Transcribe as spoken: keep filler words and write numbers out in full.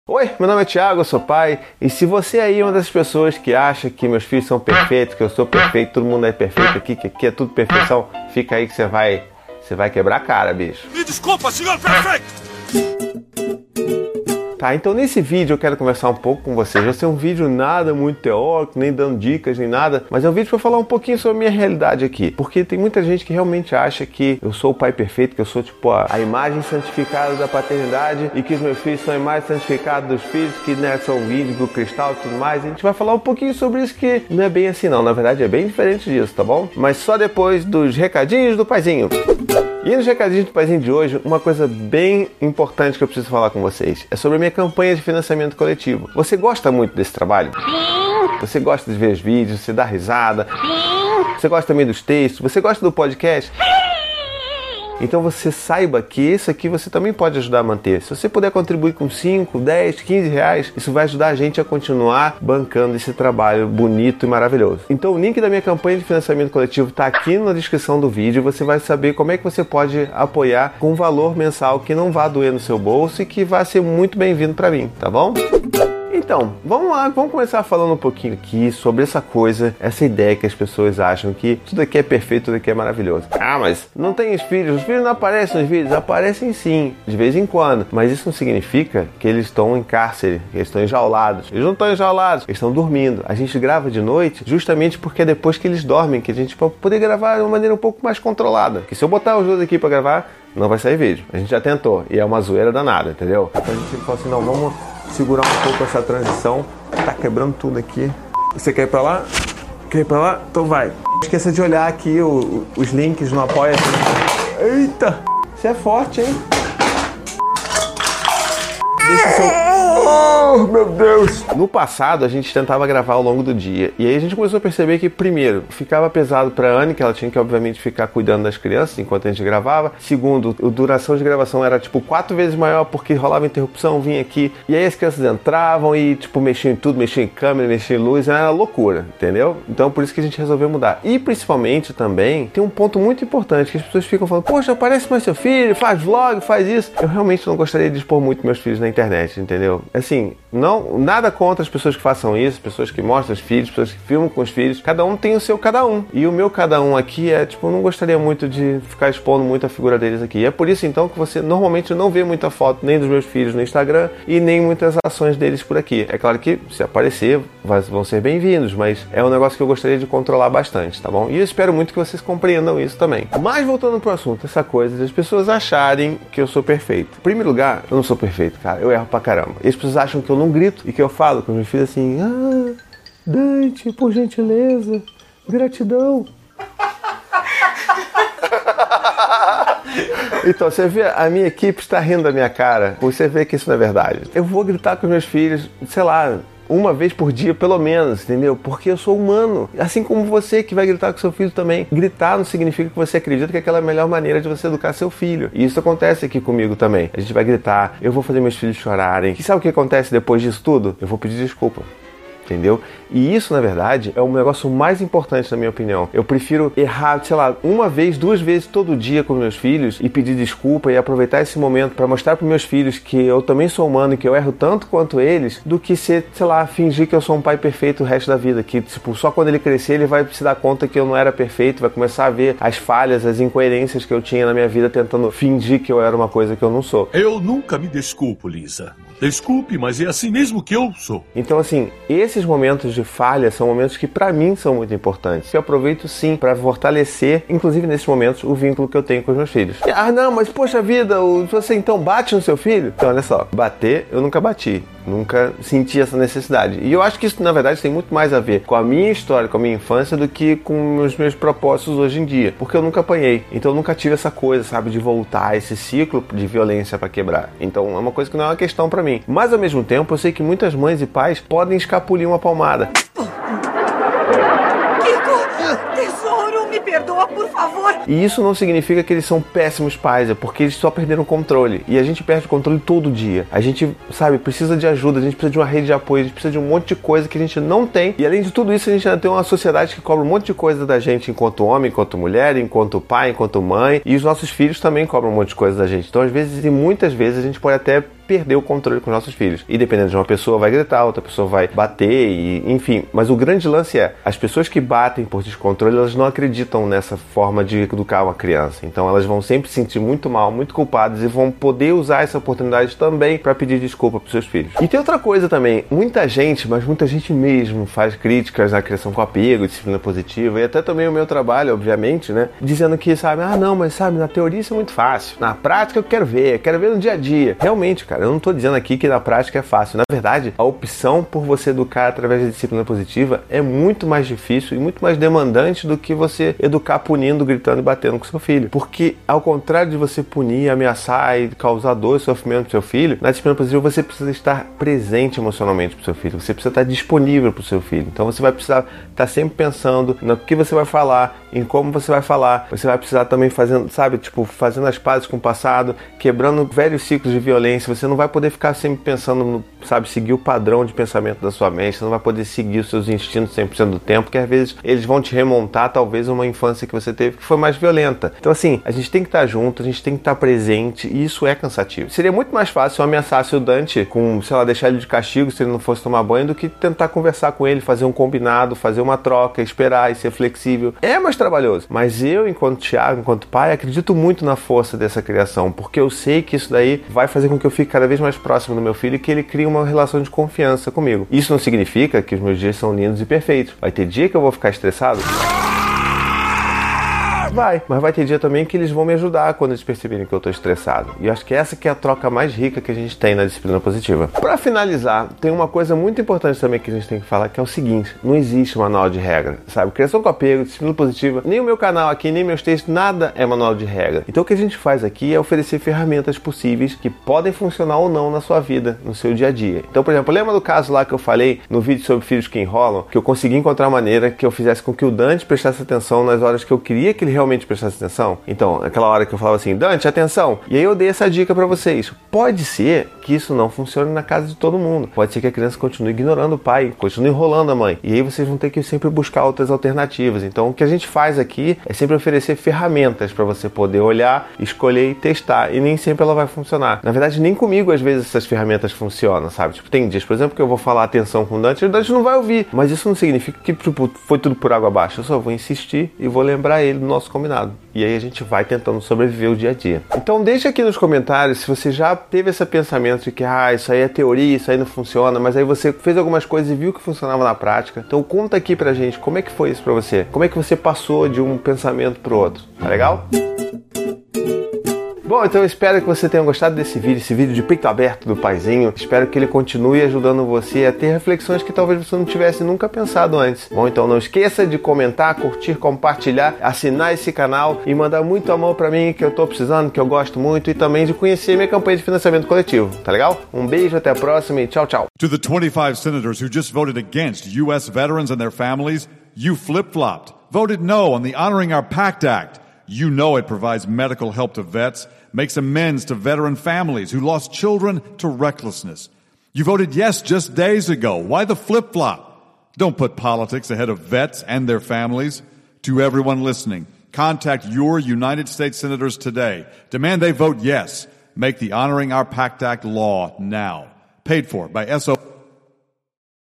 Oi, meu nome é Thiago, eu sou pai, e se você aí é uma dessas pessoas que acha que meus filhos são perfeitos, que eu sou perfeito, todo mundo é perfeito aqui, que aqui é tudo perfeição, fica aí que você vai, você vai quebrar a cara, bicho. Me desculpa, senhor perfeito! Tá, então nesse vídeo eu quero conversar um pouco com vocês. Vai ser um vídeo nada muito teórico, nem dando dicas, nem nada, mas é um vídeo para falar um pouquinho sobre a minha realidade aqui. Porque tem muita gente que realmente acha que eu sou o pai perfeito, que eu sou tipo a, a imagem santificada da paternidade e que os meus filhos são a imagem santificada dos filhos, que né, são o índigo, o cristal e tudo mais. A gente vai falar um pouquinho sobre isso, que não é bem assim não, na verdade é bem diferente disso, tá bom? Mas só depois dos recadinhos do paizinho. E nos recadinhos do paizinho de hoje, uma coisa bem importante que eu preciso falar com vocês é sobre a minha campanha de financiamento coletivo. Você gosta muito desse trabalho? Sim! Você gosta de ver os vídeos, você dá risada? Sim! Você gosta também dos textos? Você gosta do podcast? Então você saiba que isso aqui você também pode ajudar a manter. Se você puder contribuir com cinco, dez, quinze reais, isso vai ajudar a gente a continuar bancando esse trabalho bonito e maravilhoso. Então o link da minha campanha de financiamento coletivo está aqui na descrição do vídeo. Você vai saber como é que você pode apoiar com um valor mensal que não vá doer no seu bolso e que vai ser muito bem-vindo para mim, tá bom? Então, vamos lá, vamos começar falando um pouquinho aqui sobre essa coisa, essa ideia que as pessoas acham que tudo aqui é perfeito, tudo aqui é maravilhoso. Ah, mas não tem os filhos, os filhos não aparecem nos vídeos, aparecem sim, de vez em quando, mas isso não significa que eles estão em cárcere, que eles estão enjaulados. Eles não estão enjaulados, eles estão dormindo. A gente grava de noite justamente porque é depois que eles dormem que a gente pode poder gravar de uma maneira um pouco mais controlada. Que se eu botar os dois aqui pra gravar, não vai sair vídeo. A gente já tentou e é uma zoeira danada, entendeu? Então a gente fala assim, não, vamos segurar um pouco essa transição. Tá quebrando tudo aqui. Você quer ir pra lá? Quer ir pra lá? Então vai. Não esqueça de olhar aqui o, os links no Apoia-se. Eita! Você é forte, hein? Deixa o seu... Oh, meu Deus! No passado, a gente tentava gravar ao longo do dia. E aí a gente começou a perceber que, primeiro, ficava pesado pra Anne, que ela tinha que, obviamente, ficar cuidando das crianças enquanto a gente gravava. Segundo, a duração de gravação era, tipo, quatro vezes maior porque rolava interrupção, vinha aqui. E aí as crianças entravam e, tipo, mexiam em tudo, mexiam em câmera, mexiam em luz. Era loucura, entendeu? Então, por isso que a gente resolveu mudar. E, principalmente, também, tem um ponto muito importante que as pessoas ficam falando, poxa, aparece mais seu filho, faz vlog, faz isso. Eu realmente não gostaria de expor muito meus filhos na internet, entendeu? Assim, não, nada contra as pessoas que façam isso, pessoas que mostram os filhos, pessoas que filmam com os filhos. Cada um tem o seu cada um. E o meu cada um aqui é, tipo, eu não gostaria muito de ficar expondo muito a figura deles aqui. E é por isso, então, que você normalmente não vê muita foto nem dos meus filhos no Instagram e nem muitas ações deles por aqui. É claro que, se aparecer, vão ser bem-vindos, mas é um negócio que eu gostaria de controlar bastante, tá bom? E eu espero muito que vocês compreendam isso também. Mas, voltando pro assunto, essa coisa das pessoas acharem que eu sou perfeito. Em primeiro lugar, eu não sou perfeito, cara. Eu erro pra caramba. E as pessoas acham que eu não grito e que eu falo com os meus filhos assim, ah, Dante, por gentileza, gratidão. Então, você vê, a minha equipe está rindo da minha cara, você vê que isso não é verdade. Eu vou gritar com os meus filhos, sei lá, uma vez por dia, pelo menos, entendeu? Porque eu sou humano. Assim como você que vai gritar com seu filho também. Gritar não significa que você acredita que aquela é a melhor maneira de você educar seu filho. E isso acontece aqui comigo também. A gente vai gritar, eu vou fazer meus filhos chorarem. E sabe o que acontece depois disso tudo? Eu vou pedir desculpa. Entendeu? E isso, na verdade, é o negócio mais importante, na minha opinião. Eu prefiro errar, sei lá, uma vez, duas vezes todo dia com meus filhos e pedir desculpa e aproveitar esse momento para mostrar para meus filhos que eu também sou humano e que eu erro tanto quanto eles, do que ser, sei lá, fingir que eu sou um pai perfeito o resto da vida. Que, tipo, só quando ele crescer ele vai se dar conta que eu não era perfeito, vai começar a ver as falhas, as incoerências que eu tinha na minha vida tentando fingir que eu era uma coisa que eu não sou. Eu nunca me desculpo, Lisa. Desculpe, mas é assim mesmo que eu sou. Então, assim, esses momentos de falha são momentos que pra mim são muito importantes. Eu aproveito sim pra fortalecer, inclusive nesses momentos, o vínculo que eu tenho com os meus filhos. Ah, não, mas poxa vida, você então bate no seu filho? Então, olha só, bater eu nunca bati. Nunca senti essa necessidade. E eu acho que isso, na verdade, tem muito mais a ver com a minha história, com a minha infância, do que com os meus propósitos hoje em dia. Porque eu nunca apanhei. Então eu nunca tive essa coisa, sabe, de voltar a esse ciclo de violência pra quebrar. Então é uma coisa que não é uma questão pra mim. Mas, ao mesmo tempo, eu sei que muitas mães e pais podem escapulir uma palmada. Tesouro, me perdoa, por favor. E isso não significa que eles são péssimos pais, é porque eles só perderam o controle. E a gente perde o controle todo dia. A gente, sabe, precisa de ajuda, a gente precisa de uma rede de apoio, a gente precisa de um monte de coisa que a gente não tem. E além de tudo isso, a gente ainda tem uma sociedade que cobra um monte de coisa da gente enquanto homem, enquanto mulher, enquanto pai, enquanto mãe. E os nossos filhos também cobram um monte de coisa da gente. Então, às vezes, e muitas vezes, a gente pode até perder o controle com os nossos filhos. E dependendo de uma pessoa vai gritar, outra pessoa vai bater, e, enfim. Mas o grande lance é, as pessoas que batem por descontrole, elas não acreditam nessa forma de educar uma criança. Então elas vão sempre se sentir muito mal, muito culpadas e vão poder usar essa oportunidade também para pedir desculpa para os seus filhos. E tem outra coisa também, muita gente, mas muita gente mesmo faz críticas à criação com apego, disciplina positiva, e até também o meu trabalho, obviamente, né, dizendo que, sabe, ah não, mas sabe, na teoria isso é muito fácil, na prática eu quero ver, eu quero ver no dia a dia. Realmente, cara, eu não tô dizendo aqui que na prática é fácil. Na verdade, a opção por você educar através da disciplina positiva é muito mais difícil e muito mais demandante do que você educar punindo, gritando e batendo com seu filho. Porque, ao contrário de você punir, ameaçar e causar dor e sofrimento pro seu filho, na disciplina positiva você precisa estar presente emocionalmente pro seu filho, você precisa estar disponível pro seu filho. Então você vai precisar estar sempre pensando no que você vai falar, em como você vai falar. Você vai precisar também fazendo, sabe, tipo, fazendo as pazes com o passado, quebrando velhos ciclos de violência. Você não vai poder ficar sempre pensando no, sabe, seguir o padrão de pensamento da sua mente. Você não vai poder seguir os seus instintos cem por cento do tempo, porque às vezes eles vão te remontar talvez uma infância que você teve que foi mais violenta. Então assim, a gente tem que estar junto, a gente tem que estar presente, e isso é cansativo. Seria muito mais fácil se eu ameaçasse o Dante com, sei lá, deixar ele de castigo se ele não fosse tomar banho, do que tentar conversar com ele, fazer um combinado, fazer uma troca, esperar e ser flexível. É mais trabalhoso, mas eu, enquanto Thiago, enquanto pai, acredito muito na força dessa criação, porque eu sei que isso daí vai fazer com que eu fique cada vez mais próximo do meu filho e que ele crie uma relação de confiança comigo. Isso não significa que os meus dias são lindos e perfeitos. Vai ter dia que eu vou ficar estressado? Vai, mas vai ter dia também que eles vão me ajudar quando eles perceberem que eu tô estressado. E eu acho que essa que é a troca mais rica que a gente tem na disciplina positiva. Pra finalizar, tem uma coisa muito importante também que a gente tem que falar, que é o seguinte: não existe manual de regra, sabe? Criação com apego, disciplina positiva, nem o meu canal aqui, nem meus textos, nada é manual de regra. Então o que a gente faz aqui é oferecer ferramentas possíveis que podem funcionar ou não na sua vida, no seu dia a dia. Então, por exemplo, lembra do caso lá que eu falei no vídeo sobre filhos que enrolam, que eu consegui encontrar uma maneira que eu fizesse com que o Dante prestasse atenção nas horas que eu queria que ele realmente prestasse atenção? Então, aquela hora que eu falava assim, Dante, atenção! E aí eu dei essa dica pra vocês. Pode ser que isso não funcione na casa de todo mundo. Pode ser que a criança continue ignorando o pai, continue enrolando a mãe. E aí vocês vão ter que sempre buscar outras alternativas. Então, o que a gente faz aqui é sempre oferecer ferramentas pra você poder olhar, escolher e testar. E nem sempre ela vai funcionar. Na verdade, nem comigo, às vezes, essas ferramentas funcionam, sabe? Tipo, tem dias, por exemplo, que eu vou falar atenção com o Dante e o Dante não vai ouvir. Mas isso não significa que, tipo, foi tudo por água abaixo. Eu só vou insistir e vou lembrar ele do nosso combinado. E aí a gente vai tentando sobreviver o dia a dia. Então deixa aqui nos comentários se você já teve esse pensamento de que ah, isso aí é teoria, isso aí não funciona, mas aí você fez algumas coisas e viu que funcionava na prática. Então conta aqui pra gente como é que foi isso pra você. Como é que você passou de um pensamento pro outro. Tá legal? Bom, então eu espero que você tenha gostado desse vídeo, esse vídeo de peito aberto do paizinho. Espero que ele continue ajudando você a ter reflexões que talvez você não tivesse nunca pensado antes. Bom, então não esqueça de comentar, curtir, compartilhar, assinar esse canal e mandar muito amor pra mim, que eu tô precisando, que eu gosto muito, e também de conhecer minha campanha de financiamento coletivo, tá legal? Um beijo, até a próxima e tchau, tchau. To the twenty-five senators who just voted against U S veterans and their families, you flip-flopped, voted no on the Honoring Our Pact Act. You know it provides medical help to vets, makes amends to veteran families who lost children to recklessness. You voted yes just days ago. Why the flip-flop? Don't put politics ahead of vets and their families. To everyone listening, contact your United States senators today. Demand they vote yes. Make the Honoring Our Pact Act law now. Paid for by S O